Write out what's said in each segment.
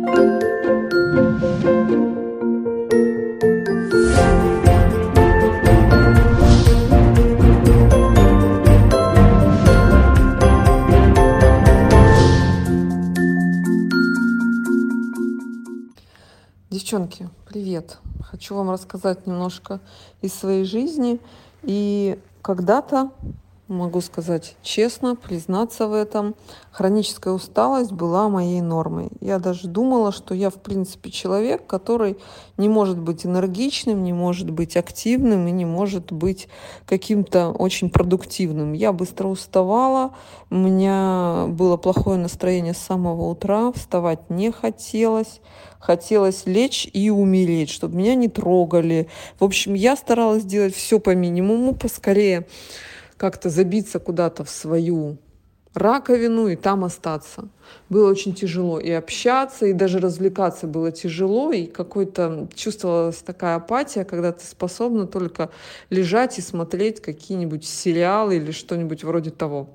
Девчонки, привет! Хочу вам рассказать немножко из своей жизни. И когда-то, могу сказать честно, признаться в этом, хроническая усталость была моей нормой. Я даже думала, что я, в принципе, человек, который не может быть энергичным, не может быть активным и не может быть каким-то очень продуктивным. Я быстро уставала, у меня было плохое настроение с самого утра, вставать не хотелось. Хотелось лечь и умереть, чтобы меня не трогали. В общем, я старалась делать все по минимуму, поскорее как-то забиться куда-то в свою раковину и там остаться. Было очень тяжело и общаться, и даже развлекаться было тяжело, и какой-то чувствовалась такая апатия, когда ты способна только лежать и смотреть какие-нибудь сериалы или что-нибудь вроде того.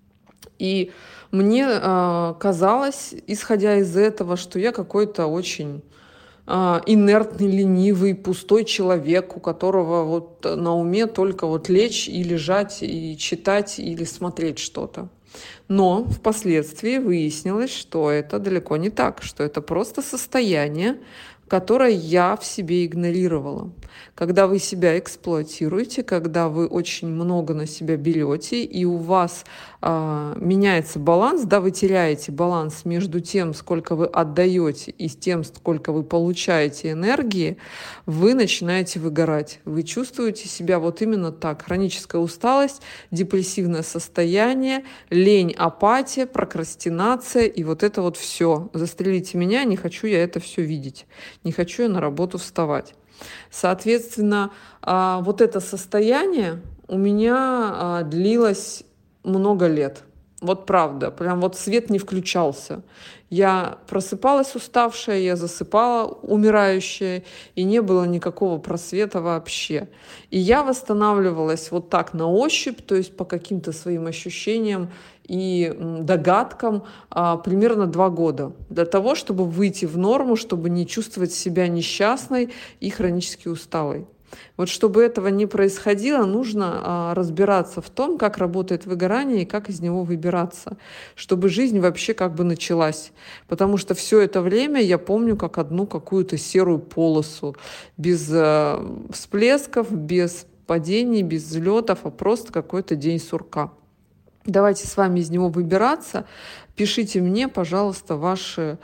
И мне казалось, исходя из этого, что я какой-то очень инертный, ленивый, пустой человек, у которого вот на уме только вот лечь и лежать, и читать или смотреть что-то. Но впоследствии выяснилось, что это далеко не так, что это просто состояние, которое я в себе игнорировала. Когда вы себя эксплуатируете, когда вы очень много на себя берете, и у вас меняется баланс, да, вы теряете баланс между тем, сколько вы отдаете, и тем, сколько вы получаете энергии, вы начинаете выгорать. Вы чувствуете себя вот именно так. Хроническая усталость, депрессивное состояние, лень, апатия, прокрастинация, и вот это вот все. Застрелите меня, не хочу я это все видеть. Не хочу я на работу вставать. Соответственно, вот это состояние у меня длилось много лет. Вот правда, прям вот свет не включался. Я просыпалась уставшая, я засыпала умирающая, и не было никакого просвета вообще. И я восстанавливалась вот так на ощупь, то есть по каким-то своим ощущениям и догадкам примерно 2 года. Для того, чтобы выйти в норму, чтобы не чувствовать себя несчастной и хронически усталой. Вот чтобы этого не происходило, нужно разбираться в том, как работает выгорание и как из него выбираться, чтобы жизнь вообще как бы началась. Потому что все это время я помню как одну какую-то серую полосу, без всплесков, без падений, без взлетов, а просто какой-то день сурка. Давайте с вами из него выбираться. Пишите мне, пожалуйста, ваши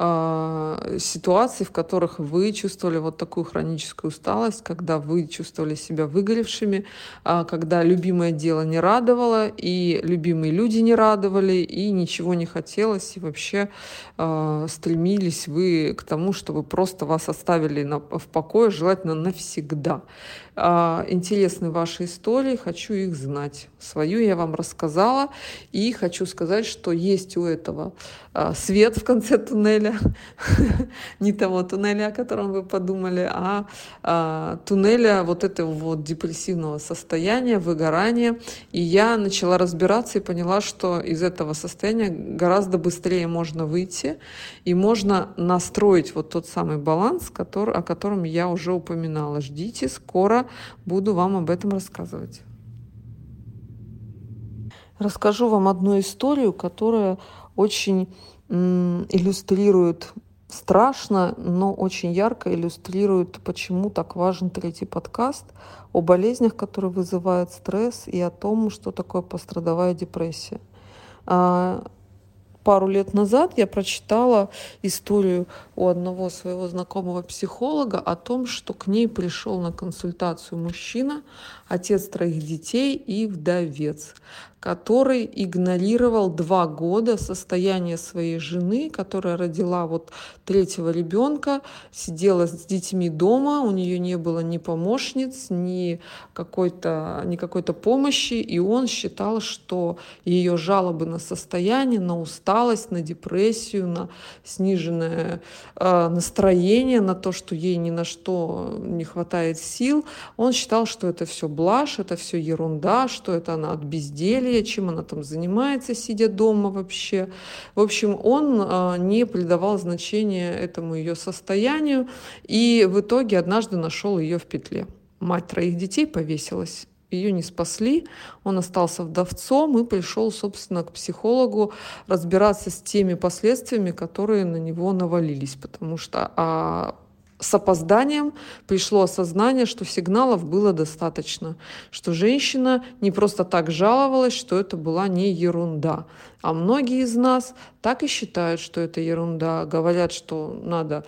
ситуации, в которых вы чувствовали вот такую хроническую усталость, когда вы чувствовали себя выгоревшими, когда любимое дело не радовало, и любимые люди не радовали, и ничего не хотелось, и вообще стремились вы к тому, чтобы просто вас оставили в покое, желательно навсегда. Интересны ваши истории, хочу их знать. Свою я вам рассказала, и хочу сказать, что есть у этого свет в конце туннеля, не того туннеля, о котором вы подумали, а туннеля вот этого вот депрессивного состояния, выгорания. И я начала разбираться и поняла, что из этого состояния гораздо быстрее можно выйти, и можно настроить вот тот самый баланс, о котором я уже упоминала. Ждите, скоро буду вам об этом рассказывать. Расскажу вам одну историю, которая очень иллюстрирует, страшно, но очень ярко иллюстрирует, почему так важен 3-й подкаст о болезнях, которые вызывают стресс, и о том, что такое пострадовая депрессия. Пару лет назад я прочитала историю у одного своего знакомого психолога о том, что к ней пришел на консультацию мужчина, отец 3 детей и вдовец, который игнорировал 2 года состояние своей жены, которая родила вот 3-го ребенка, сидела с детьми дома, у нее не было ни помощниц, ни какой-то помощи, и он считал, что ее жалобы на состояние, на усталость, на депрессию, на сниженное настроение, на то, что ей ни на что не хватает сил, он считал, что это все блажь, это все ерунда, что это она от безделья изделия, чем она там занимается, сидя дома вообще. В общем, он не придавал значения этому ее состоянию и в итоге однажды нашел ее в петле. Мать 3 детей повесилась. Ее не спасли, он остался вдовцом и пришел, собственно, к психологу разбираться с теми последствиями, которые на него навалились, потому что с опозданием пришло осознание, что сигналов было достаточно, что женщина не просто так жаловалась, что это была не ерунда. А многие из нас так и считают, что это ерунда, говорят, что надо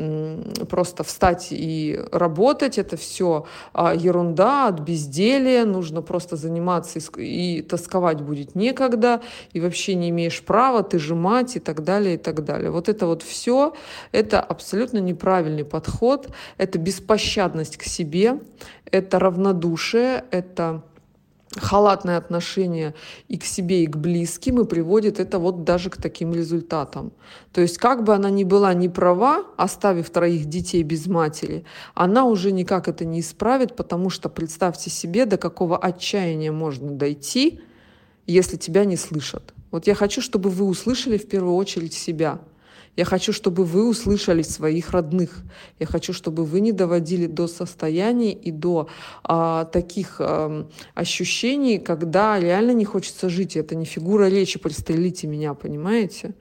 просто встать и работать, это все ерунда от безделия, нужно просто заниматься и тосковать будет некогда, и вообще не имеешь права, ты же мать и так далее, и так далее. Вот это вот все, это абсолютно неправильный подход, это беспощадность к себе, это равнодушие, это халатное отношение и к себе, и к близким, и приводит это вот даже к таким результатам. То есть как бы она ни была не права, оставив 3 детей без матери, она уже никак это не исправит, потому что представьте себе, до какого отчаяния можно дойти, если тебя не слышат. Вот я хочу, чтобы вы услышали в первую очередь себя. Я хочу, чтобы вы услышали своих родных. Я хочу, чтобы вы не доводили до состояний и до таких ощущений, когда реально не хочется жить. Это не фигура речи «пристрелите меня», понимаете?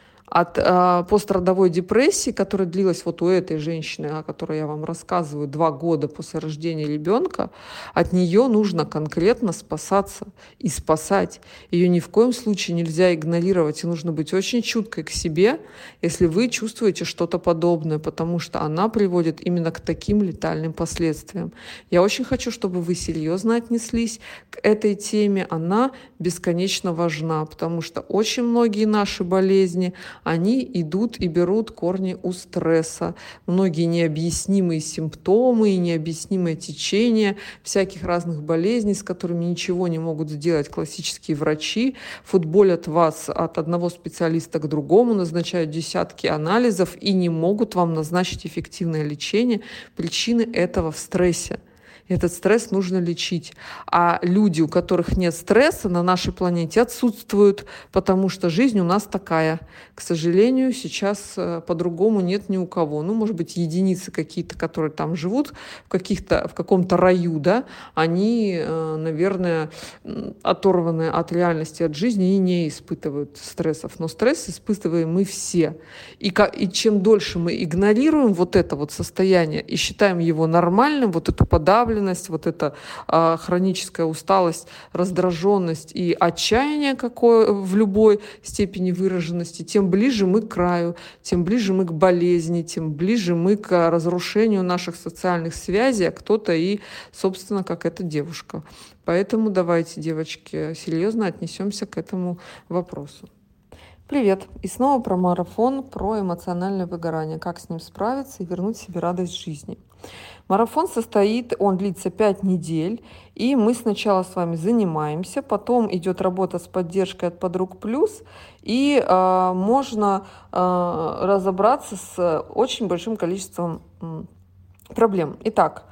От пострадовой депрессии, которая длилась вот у этой женщины, о которой я вам рассказываю, 2 года после рождения ребенка, от нее нужно конкретно спасаться и спасать. Ее ни в коем случае нельзя игнорировать, и нужно быть очень чуткой к себе, если вы чувствуете что-то подобное, потому что она приводит именно к таким летальным последствиям. Я очень хочу, чтобы вы серьезно отнеслись к этой теме, она бесконечно важна, потому что очень многие наши болезни, они идут и берут корни у стресса. Многие необъяснимые симптомы и необъяснимое течение всяких разных болезней, с которыми ничего не могут сделать классические врачи, футболят вас от одного специалиста к другому, назначают десятки анализов и не могут вам назначить эффективное лечение. Причины этого в стрессе. Этот стресс нужно лечить. А люди, у которых нет стресса, на нашей планете отсутствуют, потому что жизнь у нас такая. К сожалению, сейчас по-другому нет ни у кого. Ну, может быть, единицы какие-то, которые там живут в каком-то раю, да, они, наверное, оторваны от реальности, от жизни и не испытывают стрессов. Но стресс испытываем мы все. И чем дольше мы игнорируем вот это вот состояние и считаем его нормальным, вот эту подавленность, вот эта хроническая усталость, раздраженность и отчаяние какое в любой степени выраженности, тем ближе мы к краю, тем ближе мы к болезни, тем ближе мы к разрушению наших социальных связей, а кто-то и, собственно, как эта девушка. Поэтому давайте, девочки, серьезно отнесемся к этому вопросу. Привет! И снова про марафон, про эмоциональное выгорание, как с ним справиться и вернуть себе радость жизни. Марафон он длится 5 недель, и мы сначала с вами занимаемся, потом идет работа с поддержкой от Подруг Плюс, и можно разобраться с очень большим количеством проблем. Итак,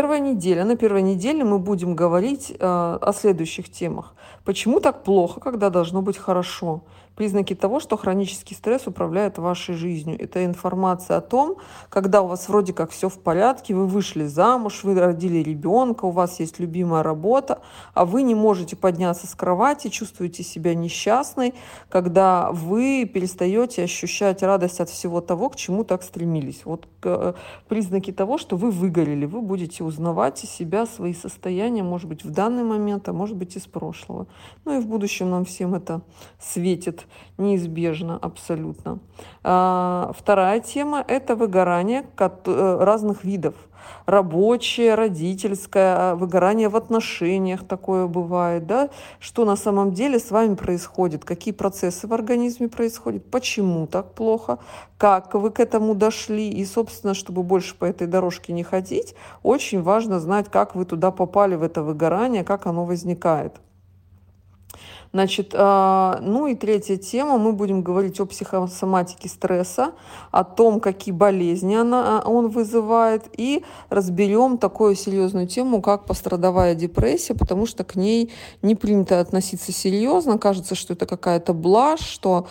на первой неделе мы будем говорить о следующих темах. Почему так плохо, когда должно быть хорошо? Признаки того, что хронический стресс управляет вашей жизнью. Это информация о том, когда у вас вроде как все в порядке, вы вышли замуж, вы родили ребенка, у вас есть любимая работа, а вы не можете подняться с кровати, чувствуете себя несчастной, когда вы перестаете ощущать радость от всего того, к чему так стремились. Вот признаки того, что вы выгорели, вы будете узнавать из себя свои состояния, может быть, в данный момент, а может быть, из прошлого. Ну и в будущем нам всем это светит неизбежно, абсолютно. Вторая тема – это выгорание разных видов. Рабочее, родительское, выгорание в отношениях, такое бывает, да? Что на самом деле с вами происходит, какие процессы в организме происходят, почему так плохо, как вы к этому дошли. И, собственно, чтобы больше по этой дорожке не ходить, очень важно знать, как вы туда попали, в это выгорание, как оно возникает. Значит, ну и третья тема, мы будем говорить о психосоматике стресса, о том, какие болезни он вызывает, и разберем такую серьезную тему, как пострадовая депрессия, потому что к ней не принято относиться серьезно, кажется, что это какая-то блажь, что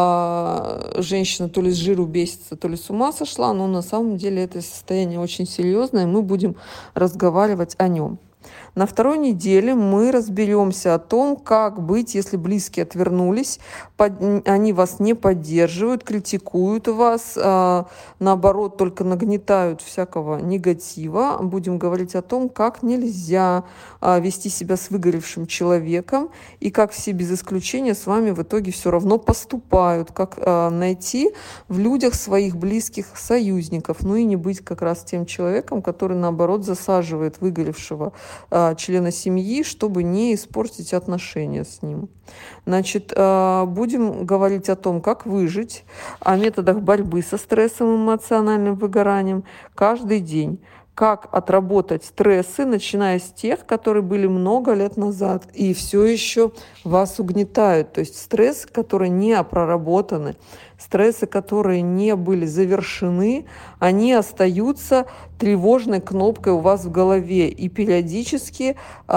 женщина то ли с жиру бесится, то ли с ума сошла, но на самом деле это состояние очень серьезное, и мы будем разговаривать о нем. На второй неделе мы разберемся о том, как быть, если близкие отвернулись, они вас не поддерживают, критикуют вас, наоборот, только нагнетают всякого негатива. Будем говорить о том, как нельзя вести себя с выгоревшим человеком и как все без исключения с вами в итоге все равно поступают, как найти в людях своих близких союзников, ну и не быть как раз тем человеком, который, наоборот, засаживает выгоревшего члена семьи, чтобы не испортить отношения с ним. Значит, будем говорить о том, как выжить, о методах борьбы со стрессом и эмоциональным выгоранием каждый день. Как отработать стрессы, начиная с тех, которые были много лет назад и все еще вас угнетают. То есть стрессы, которые не проработаны, стрессы, которые не были завершены, они остаются тревожной кнопкой у вас в голове и периодически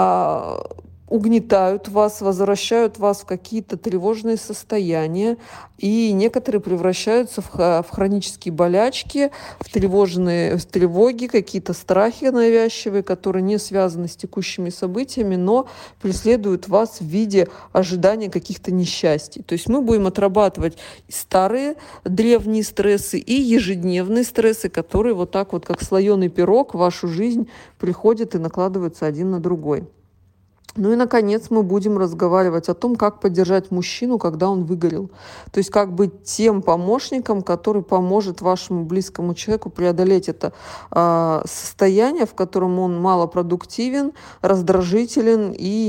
угнетают вас, возвращают вас в какие-то тревожные состояния, и некоторые превращаются в хронические болячки, в тревоги, какие-то страхи навязчивые, которые не связаны с текущими событиями, но преследуют вас в виде ожидания каких-то несчастий. То есть мы будем отрабатывать старые древние стрессы и ежедневные стрессы, которые вот так вот, как слоеный пирог, в вашу жизнь приходят и накладываются один на другой. Ну и, наконец, мы будем разговаривать о том, как поддержать мужчину, когда он выгорел. То есть как быть тем помощником, который поможет вашему близкому человеку преодолеть это состояние, в котором он малопродуктивен, раздражителен и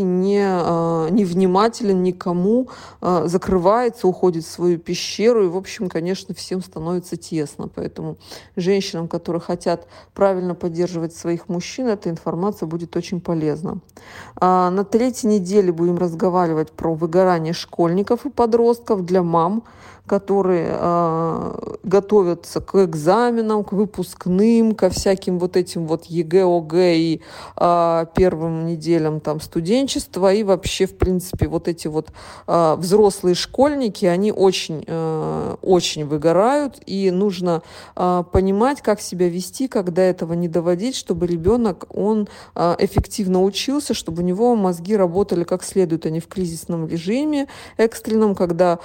невнимателен никому, закрывается, уходит в свою пещеру. И, в общем, конечно, всем становится тесно. Поэтому женщинам, которые хотят правильно поддерживать своих мужчин, эта информация будет очень полезна. На третьей неделе будем разговаривать про выгорание школьников и подростков для мам, которые готовятся к экзаменам, к выпускным, ко всяким вот этим вот ЕГЭ, ОГЭ и первым неделям там студенчества. И вообще, в принципе, вот эти вот взрослые школьники, они очень, очень выгорают. И нужно понимать, как себя вести, когда этого не доводить, чтобы ребенок, он эффективно учился, чтобы у него мозги работали как следует, а не в кризисном режиме экстренном, когда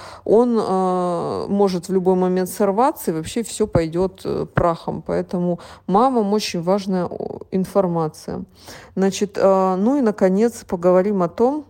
он может в любой момент сорваться, и вообще все пойдет прахом. Поэтому мамам очень важная информация. Значит, ну и, наконец, поговорим о том,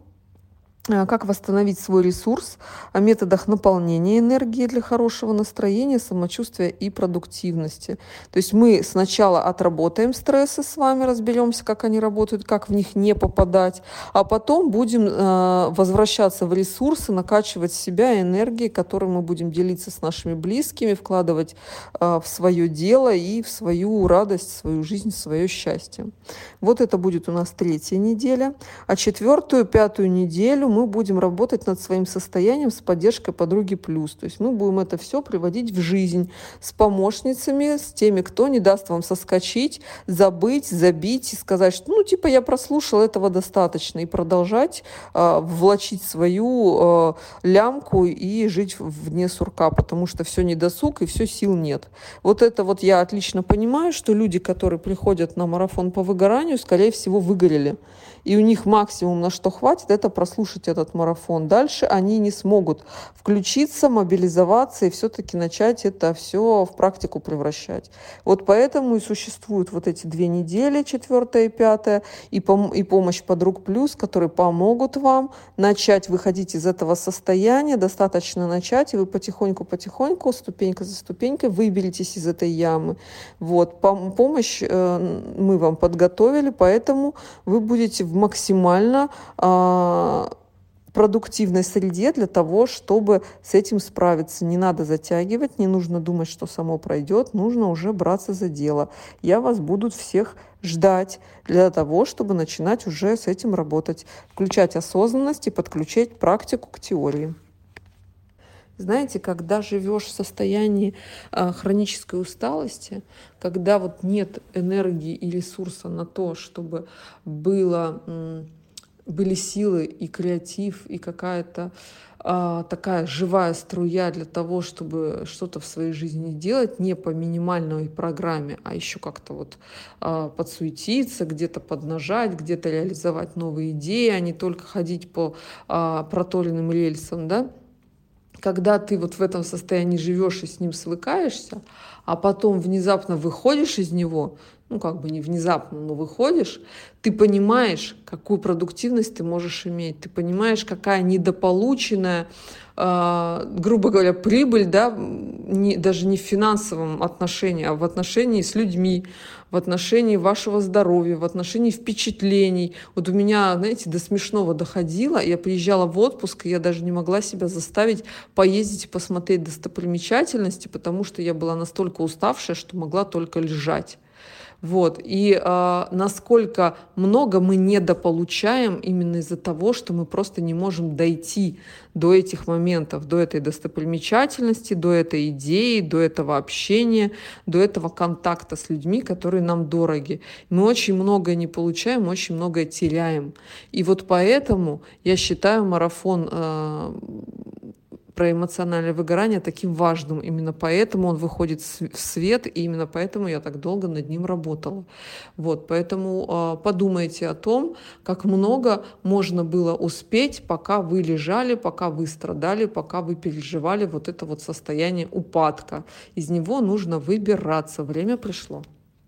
как восстановить свой ресурс, о методах наполнения энергии для хорошего настроения, самочувствия и продуктивности. То есть мы сначала отработаем стрессы с вами, разберемся, как они работают, как в них не попадать, а потом будем возвращаться в ресурсы, накачивать себя энергией, которой мы будем делиться с нашими близкими, вкладывать в свое дело и в свою радость, в свою жизнь, в свое счастье. Вот это будет у нас третья неделя. А четвертую, пятую неделю мы будем работать над своим состоянием с поддержкой подруги плюс. То есть мы будем это все приводить в жизнь с помощницами, с теми, кто не даст вам соскочить, забыть, забить и сказать, что ну типа я прослушал, этого достаточно, и продолжать влачить свою лямку и жить вне сурка, потому что все недосуг и все сил нет. Вот это вот я отлично понимаю, что люди, которые приходят на марафон по выгоранию, скорее всего, выгорели. И у них максимум, на что хватит, это прослушать этот марафон. Дальше они не смогут включиться, мобилизоваться и все-таки начать это все в практику превращать. Вот поэтому и существуют вот эти 2 недели, 4 и 5, и помощь подруг плюс, которые помогут вам начать выходить из этого состояния. Достаточно начать, и вы потихоньку, ступенька за ступенькой выберетесь из этой ямы. Вот. Помощь мы вам подготовили, поэтому вы будете максимально продуктивной среде для того, чтобы с этим справиться. Не надо затягивать, не нужно думать, что само пройдет, нужно уже браться за дело. Я вас буду всех ждать для того, чтобы начинать уже с этим работать, включать осознанность и подключать практику к теории. Знаете, когда живешь в состоянии хронической усталости, когда вот нет энергии и ресурса на то, чтобы были силы и креатив, и какая-то такая живая струя для того, чтобы что-то в своей жизни делать, не по минимальной программе, а еще как-то вот подсуетиться, где-то поднажать, где-то реализовать новые идеи, а не только ходить по проторенным рельсам, да? Когда ты вот в этом состоянии живешь и с ним свыкаешься, а потом внезапно выходишь из него, ну как бы не внезапно, но выходишь, ты понимаешь, какую продуктивность ты можешь иметь, ты понимаешь, какая недополученная, грубо говоря, прибыль, да, даже не в финансовом отношении, а в отношении с людьми, в отношении вашего здоровья, в отношении впечатлений. Вот у меня, знаете, до смешного доходило. Я приезжала в отпуск, и я даже не могла себя заставить поездить и посмотреть достопримечательности, потому что я была настолько уставшая, что могла только лежать. Вот. И насколько много мы недополучаем именно из-за того, что мы просто не можем дойти до этих моментов, до этой достопримечательности, до этой идеи, до этого общения, до этого контакта с людьми, которые нам дороги. Мы очень многое не получаем, очень многое теряем. И вот поэтому я считаю марафон про эмоциональное выгорание таким важным. Именно поэтому он выходит в свет, и именно поэтому я так долго над ним работала. Вот, поэтому подумайте о том, как много можно было успеть, пока вы лежали, пока вы страдали, пока вы переживали вот это вот состояние упадка. Из него нужно выбираться. Время пришло.